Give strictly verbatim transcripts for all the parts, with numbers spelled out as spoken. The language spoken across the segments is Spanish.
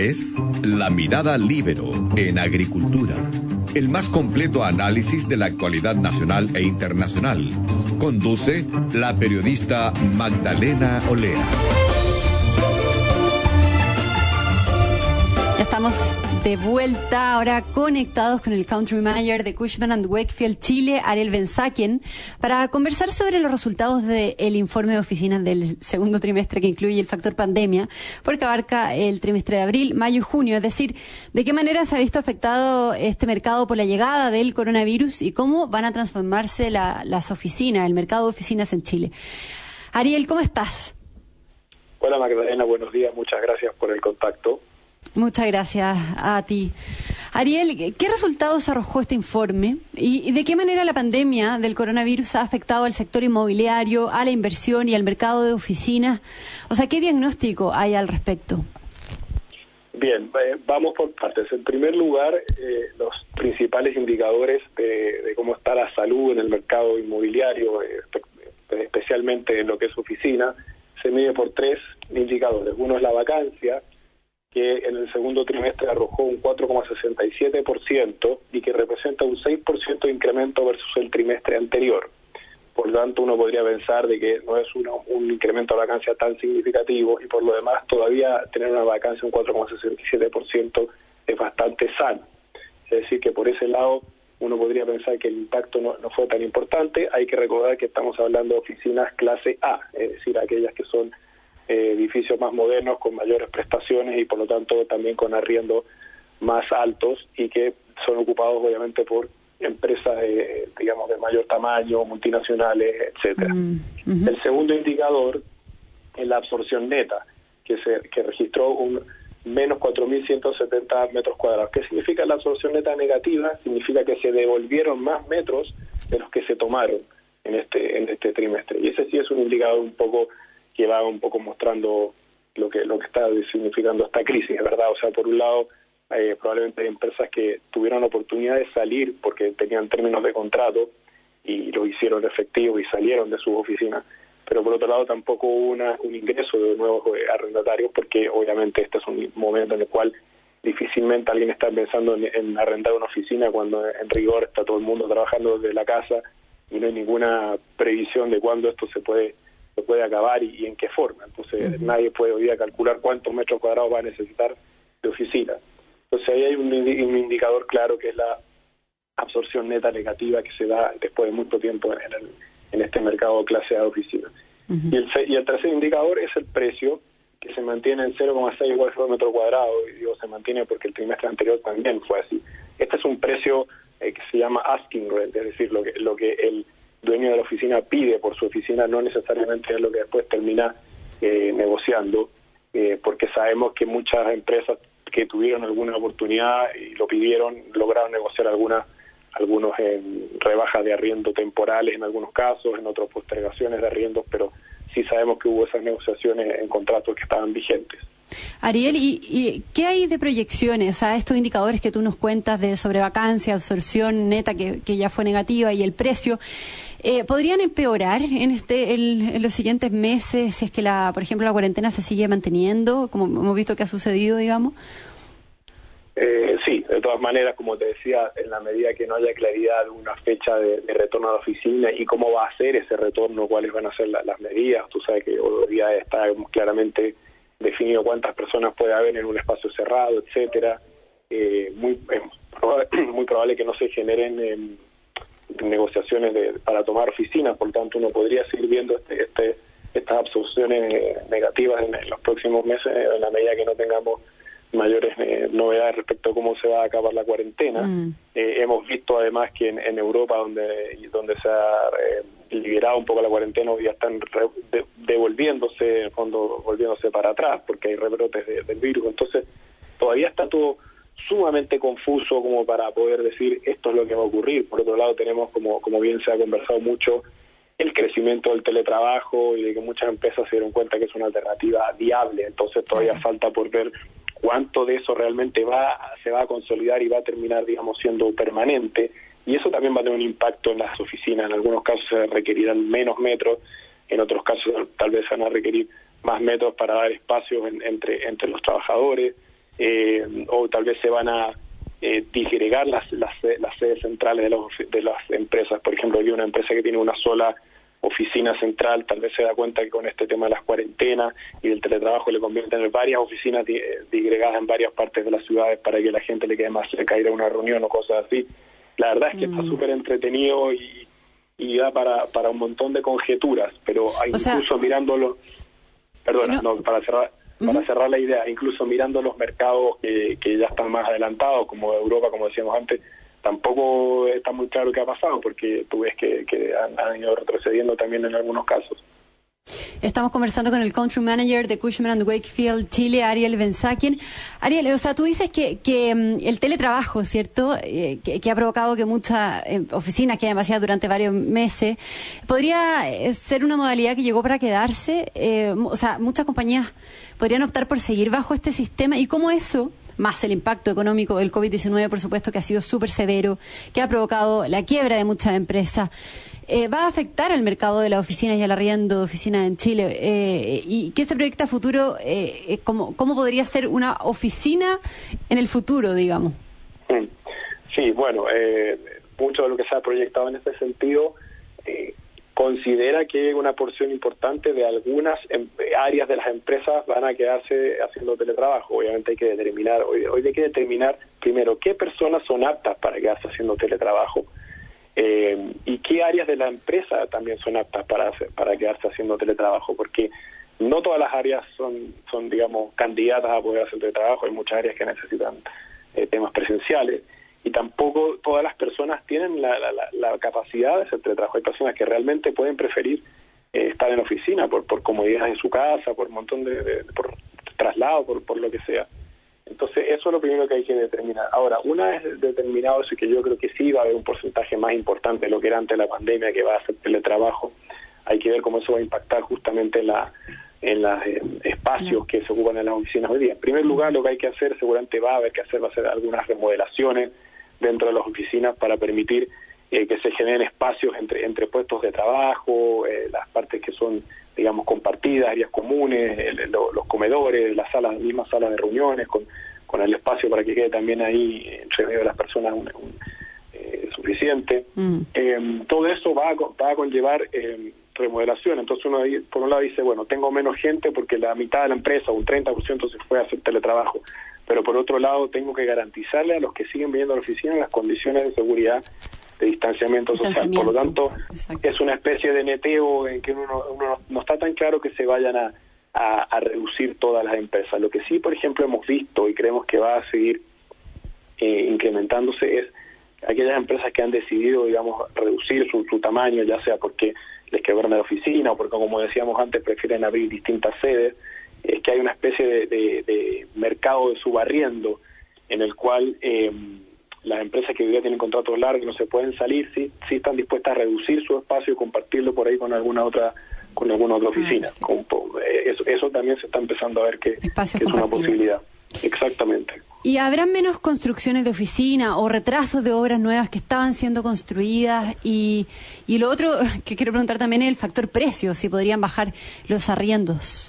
es La Mirada Líbero en Agricultura, el más completo análisis de la actualidad nacional e internacional. Conduce la periodista Magdalena Olea. Estamos de vuelta, ahora conectados con el Country Manager de Cushman and Wakefield Chile, Ariel Ben-Zaken, para conversar sobre los resultados del informe de oficinas del segundo trimestre que incluye el factor pandemia, porque abarca el trimestre de abril, mayo y junio, es decir, de qué manera se ha visto afectado este mercado por la llegada del coronavirus y cómo van a transformarse la, las oficinas, el mercado de oficinas en Chile. Ariel, ¿cómo estás? Hola Magdalena, buenos días, muchas gracias por el contacto. Muchas gracias a ti. Ariel, ¿qué resultados arrojó este informe? ¿Y de qué manera la pandemia del coronavirus ha afectado al sector inmobiliario, a la inversión y al mercado de oficinas? O sea, ¿qué diagnóstico hay al respecto? Bien, eh, vamos por partes. En primer lugar, eh, los principales indicadores de, de cómo está la salud en el mercado inmobiliario, eh, especialmente en lo que es oficina, se mide por tres indicadores. Uno es la vacancia, que en el segundo trimestre arrojó un cuatro coma sesenta y siete por ciento y que representa un seis por ciento de incremento versus el trimestre anterior. Por lo tanto, uno podría pensar de que no es una, un incremento de vacancia tan significativo y por lo demás todavía tener una vacancia un cuatro coma sesenta y siete por ciento es bastante sano. Es decir, que por ese lado uno podría pensar que el impacto no, no fue tan importante. Hay que recordar que estamos hablando de oficinas clase A, es decir, aquellas que son Eh, edificios más modernos con mayores prestaciones y por lo tanto también con arriendos más altos y que son ocupados obviamente por empresas de, digamos de mayor tamaño, multinacionales, etcétera. Mm, uh-huh. El segundo indicador es la absorción neta, que se que registró un menos cuatro mil ciento setenta metros cuadrados. ¿Qué significa la absorción neta negativa? Significa que se devolvieron más metros de los que se tomaron en este en este trimestre. Y ese sí es un indicador un poco que va un poco mostrando lo que lo que está significando esta crisis, ¿verdad? O sea, por un lado, eh, probablemente hay empresas que tuvieron la oportunidad de salir porque tenían términos de contrato y lo hicieron efectivo y salieron de sus oficinas, pero por otro lado tampoco hubo una, un ingreso de nuevos arrendatarios porque obviamente este es un momento en el cual difícilmente alguien está pensando en, en arrendar una oficina cuando en rigor está todo el mundo trabajando desde la casa y no hay ninguna previsión de cuándo esto se puede se puede acabar y, y en qué forma. Entonces uh-huh. nadie puede hoy día calcular cuántos metros cuadrados va a necesitar de oficina. Entonces ahí hay un, un indicador claro que es la absorción neta negativa que se da después de mucho tiempo en, el, en este mercado clase A de oficina. Uh-huh. Y, el, y el tercer indicador es el precio, que se mantiene en cero coma seis por metro cuadrado, y digo se mantiene porque el trimestre anterior también fue así. Este es un precio eh, que se llama asking rent, es decir, lo que, lo que el dueño de la oficina pide por su oficina, no necesariamente es lo que después termina eh, negociando, eh, porque sabemos que muchas empresas que tuvieron alguna oportunidad y lo pidieron, lograron negociar algunas algunos eh, rebajas de arriendo temporales en algunos casos, en otros postergaciones de arriendos, pero sí sabemos que hubo esas negociaciones en contratos que estaban vigentes. Ariel, ¿y, y qué hay de proyecciones? O sea, estos indicadores que tú nos cuentas de sobrevacancia, absorción neta que, que ya fue negativa y el precio, eh, ¿podrían empeorar en este el, en los siguientes meses si es que, la, por ejemplo, la cuarentena se sigue manteniendo, como hemos visto que ha sucedido, digamos? Eh, sí, de todas maneras, como te decía, en la medida que no haya claridad de una fecha de, de retorno a la oficina y cómo va a ser ese retorno, cuáles van a ser la, las medidas, tú sabes que hoy día está claramente definido cuántas personas puede haber en un espacio cerrado, etcétera. Eh, muy es probable, muy probable que no se generen eh, negociaciones de, para tomar oficinas, por lo tanto uno podría seguir viendo este, este, estas absorciones negativas en, en los próximos meses en la medida que no tengamos mayores eh, novedades respecto a cómo se va a acabar la cuarentena. Mm. Eh, hemos visto además que en, en Europa, donde donde se ha eh, liberado un poco la cuarentena, hoy ya están re, de, devolviéndose, en el fondo, volviéndose para atrás, porque hay rebrotes de, del virus. Entonces, todavía está todo sumamente confuso como para poder decir esto es lo que va a ocurrir. Por otro lado, tenemos, como, como bien se ha conversado mucho, el crecimiento del teletrabajo y de que muchas empresas se dieron cuenta que es una alternativa viable. Entonces, todavía falta por ver cuánto de eso realmente va se va a consolidar y va a terminar, digamos, siendo permanente, y eso también va a tener un impacto en las oficinas. En algunos casos se requerirán menos metros, en otros casos tal vez van a requerir más metros para dar espacios en, entre entre los trabajadores, eh, o tal vez se van a eh, disgregar las, las, las sedes centrales de, los, de las empresas. Por ejemplo, hay una empresa que tiene una sola oficina central, tal vez se da cuenta que con este tema de las cuarentenas y del teletrabajo le conviene tener varias oficinas disgregadas en varias partes de las ciudades para que la gente le quede más cerca ir a una reunión o cosas así. La verdad es que mm. está súper entretenido y, y da para, para un montón de conjeturas, pero incluso sea, mirándolo, perdona, no, no para cerrar uh-huh. para cerrar la idea, incluso mirando los mercados que, que ya están más adelantados, como Europa, como decíamos antes, tampoco está muy claro qué ha pasado, porque tú ves que, que han, han ido retrocediendo también en algunos casos. Estamos conversando con el Country Manager de Cushman and Wakefield Chile, Ariel Benzakien. Ariel, o sea, tú dices que, que el teletrabajo, ¿cierto?, eh, que, que ha provocado que muchas eh, oficinas queden vacías durante varios meses, podría ser una modalidad que llegó para quedarse. Eh, o sea, muchas compañías podrían optar por seguir bajo este sistema, y cómo eso, más el impacto económico del COVID diecinueve, por supuesto, que ha sido súper severo, que ha provocado la quiebra de muchas empresas, eh, va a afectar al mercado de las oficinas y al arriendo de oficinas en Chile. Eh, ¿Y qué se proyecta a futuro? Eh, ¿cómo, ¿Cómo podría ser una oficina en el futuro, digamos? Sí, bueno, eh, mucho de lo que se ha proyectado en este sentido eh, considera que una porción importante de algunas em- áreas de las empresas van a quedarse haciendo teletrabajo. Obviamente hay que determinar, hoy, hoy hay que determinar primero qué personas son aptas para quedarse haciendo teletrabajo eh, y qué áreas de la empresa también son aptas para hacer, para quedarse haciendo teletrabajo, porque no todas las áreas son, son digamos, candidatas a poder hacer teletrabajo. Hay muchas áreas que necesitan eh, temas presenciales. Y tampoco todas las personas tienen la, la, la capacidad de hacer teletrabajo. Hay personas que realmente pueden preferir eh, estar en la oficina por, por comodidades de su casa, por un montón de, de por traslado, por, por lo que sea. Entonces, eso es lo primero que hay que determinar. Ahora, una vez determinado eso, que yo creo que sí va a haber un porcentaje más importante de lo que era antes de la pandemia, que va a hacer teletrabajo, hay que ver cómo eso va a impactar justamente en la en los eh, espacios que se ocupan en las oficinas hoy día. En primer lugar, lo que hay que hacer, seguramente va a haber que hacer, va a ser algunas remodelaciones dentro de las oficinas para permitir eh, que se generen espacios entre entre puestos de trabajo, eh, las partes que son, digamos, compartidas, áreas comunes, el, lo, los comedores, las salas, mismas salas de reuniones, con, con el espacio para que quede también ahí entre medio de las personas un, un, eh, suficiente. Mm. Eh, todo eso va a, va a conllevar eh, remodelación. Entonces uno por un lado dice, bueno, tengo menos gente porque la mitad de la empresa, un treinta por ciento se fue a hacer teletrabajo, pero por otro lado tengo que garantizarle a los que siguen viniendo a la oficina las condiciones de seguridad, de distanciamiento, distanciamiento social. Por lo tanto, exacto, es una especie de neteo en que uno, uno no está tan claro que se vayan a, a, a reducir todas las empresas. Lo que sí, por ejemplo, hemos visto y creemos que va a seguir eh, incrementándose es aquellas empresas que han decidido, digamos, reducir su, su tamaño, ya sea porque les quebraron la oficina o porque, como decíamos antes, prefieren abrir distintas sedes. Es que hay una especie de, de, de mercado de subarriendo en el cual eh, las empresas que hoy día tienen contratos largos no se pueden salir, sí, sí están dispuestas a reducir su espacio y compartirlo por ahí con alguna otra con alguna otra oficina. Ah, sí. Con, eso, eso también se está empezando a ver que, que es una posibilidad. Exactamente. ¿Y habrán menos construcciones de oficina o retrasos de obras nuevas que estaban siendo construidas? Y, y lo otro que quiero preguntar también es el factor precio, si podrían bajar los arriendos.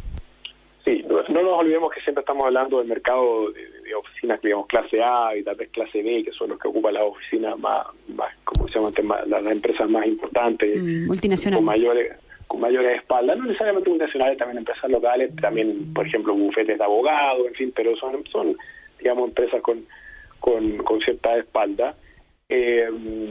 Sí, no, no nos olvidemos que siempre estamos hablando del mercado de, de oficinas, digamos, clase A y tal vez clase B, que son los que ocupan las oficinas más, más como se llaman, más, las empresas más importantes, mm, multinacionales, con mayores con mayores espaldas, no necesariamente multinacionales, también empresas locales, también, por ejemplo, bufetes de abogados, en fin, pero son, son digamos, empresas con, con, con cierta espalda. Eh,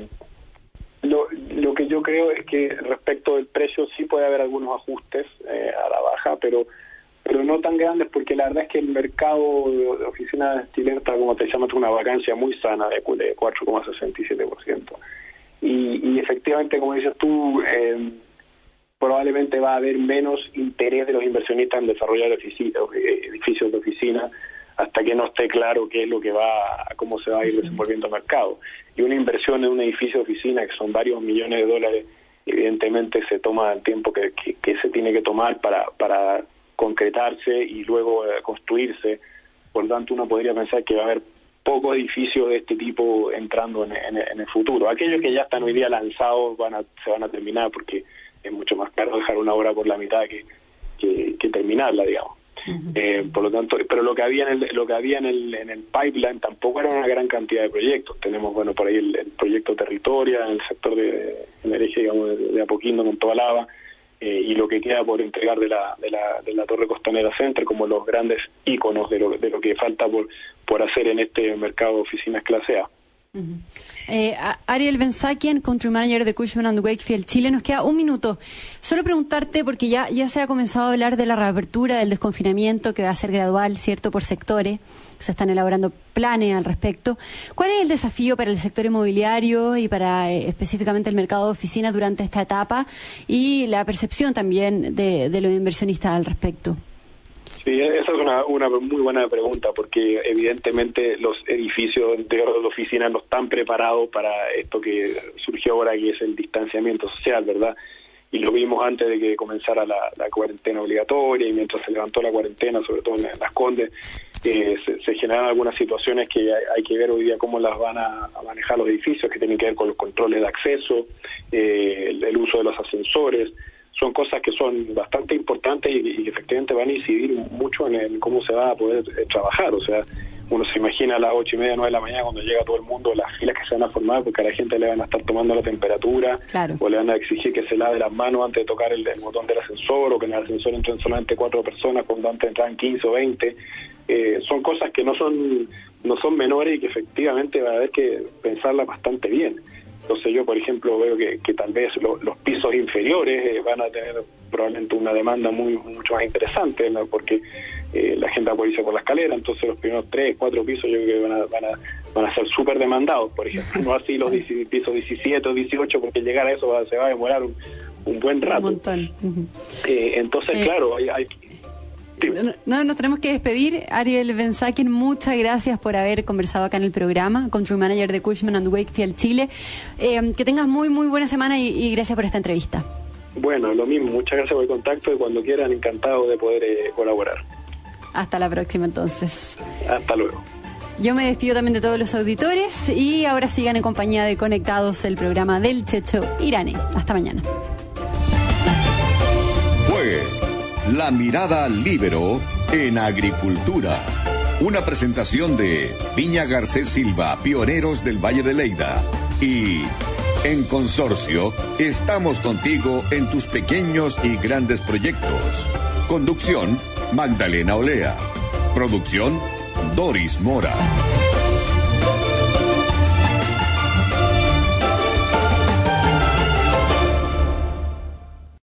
Lo, lo que yo creo es que respecto del precio sí puede haber algunos ajustes eh, a la baja, pero pero no tan grandes, porque la verdad es que el mercado de, de oficinas chilenas está, como te llamas, una vacancia muy sana de, de cuatro coma sesenta y siete por ciento. Y, y efectivamente, como dices tú, eh, probablemente va a haber menos interés de los inversionistas en desarrollar edificios de oficina hasta que no esté claro qué es lo que va, cómo se va a ir sí, desenvolviendo el mercado. Y una inversión en un edificio de oficina, que son varios millones de dólares, evidentemente se toma el tiempo que, que, que se tiene que tomar para, para concretarse y luego eh, construirse. Por lo tanto, uno podría pensar que va a haber pocos edificios de este tipo entrando en, en, en el futuro. Aquellos que ya están hoy día lanzados van a, se van a terminar, porque es mucho más caro dejar una obra por la mitad que, que, que terminarla, digamos. Uh-huh. Eh, por lo tanto, pero lo que había en el, lo que había en el, en el pipeline tampoco era una gran cantidad de proyectos. Tenemos, bueno, por ahí el, el proyecto Territoria en el sector de, en el eje, digamos, de, de Apoquindo con toda lava, eh, y lo que queda por entregar de la, de la, de la Torre Costanera Center como los grandes íconos de lo, de lo que falta por, por hacer en este mercado de oficinas clase A. Uh-huh. eh, Ariel Ben-Zakian, Country Manager de Cushman and Wakefield Chile, nos queda un minuto. Solo preguntarte, porque ya, ya se ha comenzado a hablar de la reapertura, del desconfinamiento, que va a ser gradual, ¿cierto?, por sectores. Se están elaborando planes al respecto. ¿Cuál es el desafío para el sector inmobiliario y para eh, específicamente el mercado de oficinas durante esta etapa y la percepción también de, de los inversionistas al respecto? Sí, esa es una, una muy buena pregunta, porque evidentemente los edificios de, de oficinas no están preparados para esto que surgió ahora, que es el distanciamiento social, ¿verdad? Y lo vimos antes de que comenzara la, la cuarentena obligatoria, y mientras se levantó la cuarentena, sobre todo en Las Condes, eh, se, se generan algunas situaciones que hay, hay que ver hoy día cómo las van a, a manejar los edificios, que tienen que ver con los controles de acceso, eh, el, el uso de los ascensores. Son cosas que son bastante importantes y, y efectivamente van a incidir mucho en, el, cómo se va a poder eh, trabajar. O sea, uno se imagina a las ocho y media, nueve de la mañana, cuando llega todo el mundo, las filas que se van a formar, porque a la gente le van a estar tomando la temperatura, claro, o le van a exigir que se lave las manos antes de tocar el, el botón del ascensor, o que en el ascensor entren solamente cuatro personas cuando antes entraban quince o veinte. Eh, son cosas que no son, no son menores y que efectivamente va a haber que pensarlas bastante bien. Entonces yo, por ejemplo, veo que, que tal vez lo, los pisos inferiores eh, van a tener probablemente una demanda muy mucho más interesante, ¿no? Porque eh, la gente va a poder irse por la escalera, entonces los primeros tres, cuatro pisos yo creo que van a, van a, van a ser súper demandados, por ejemplo, no así los pisos diecisiete o dieciocho, porque llegar a eso va, se va a demorar un, un buen rato. Un montón. Uh-huh. eh, entonces, eh, claro, hay... hay No, nos tenemos que despedir. Ariel Ben-Zakian, muchas gracias por haber conversado acá en el programa, Country Manager de Cushman and Wakefield Chile. Eh, que tengas muy, muy buena semana y, y gracias por esta entrevista. Bueno, lo mismo, muchas gracias por el contacto y cuando quieran, encantado de poder eh, colaborar. Hasta la próxima, entonces. Hasta luego. Yo me despido también de todos los auditores y ahora sigan en compañía de Conectados, el programa del Checho Irane. Hasta mañana. Fue La Mirada Líbero en Agricultura. Una presentación de Viña Garcés Silva, pioneros del Valle de Leyda. Y en Consorcio, estamos contigo en tus pequeños y grandes proyectos. Conducción, Magdalena Olea. Producción, Doris Mora.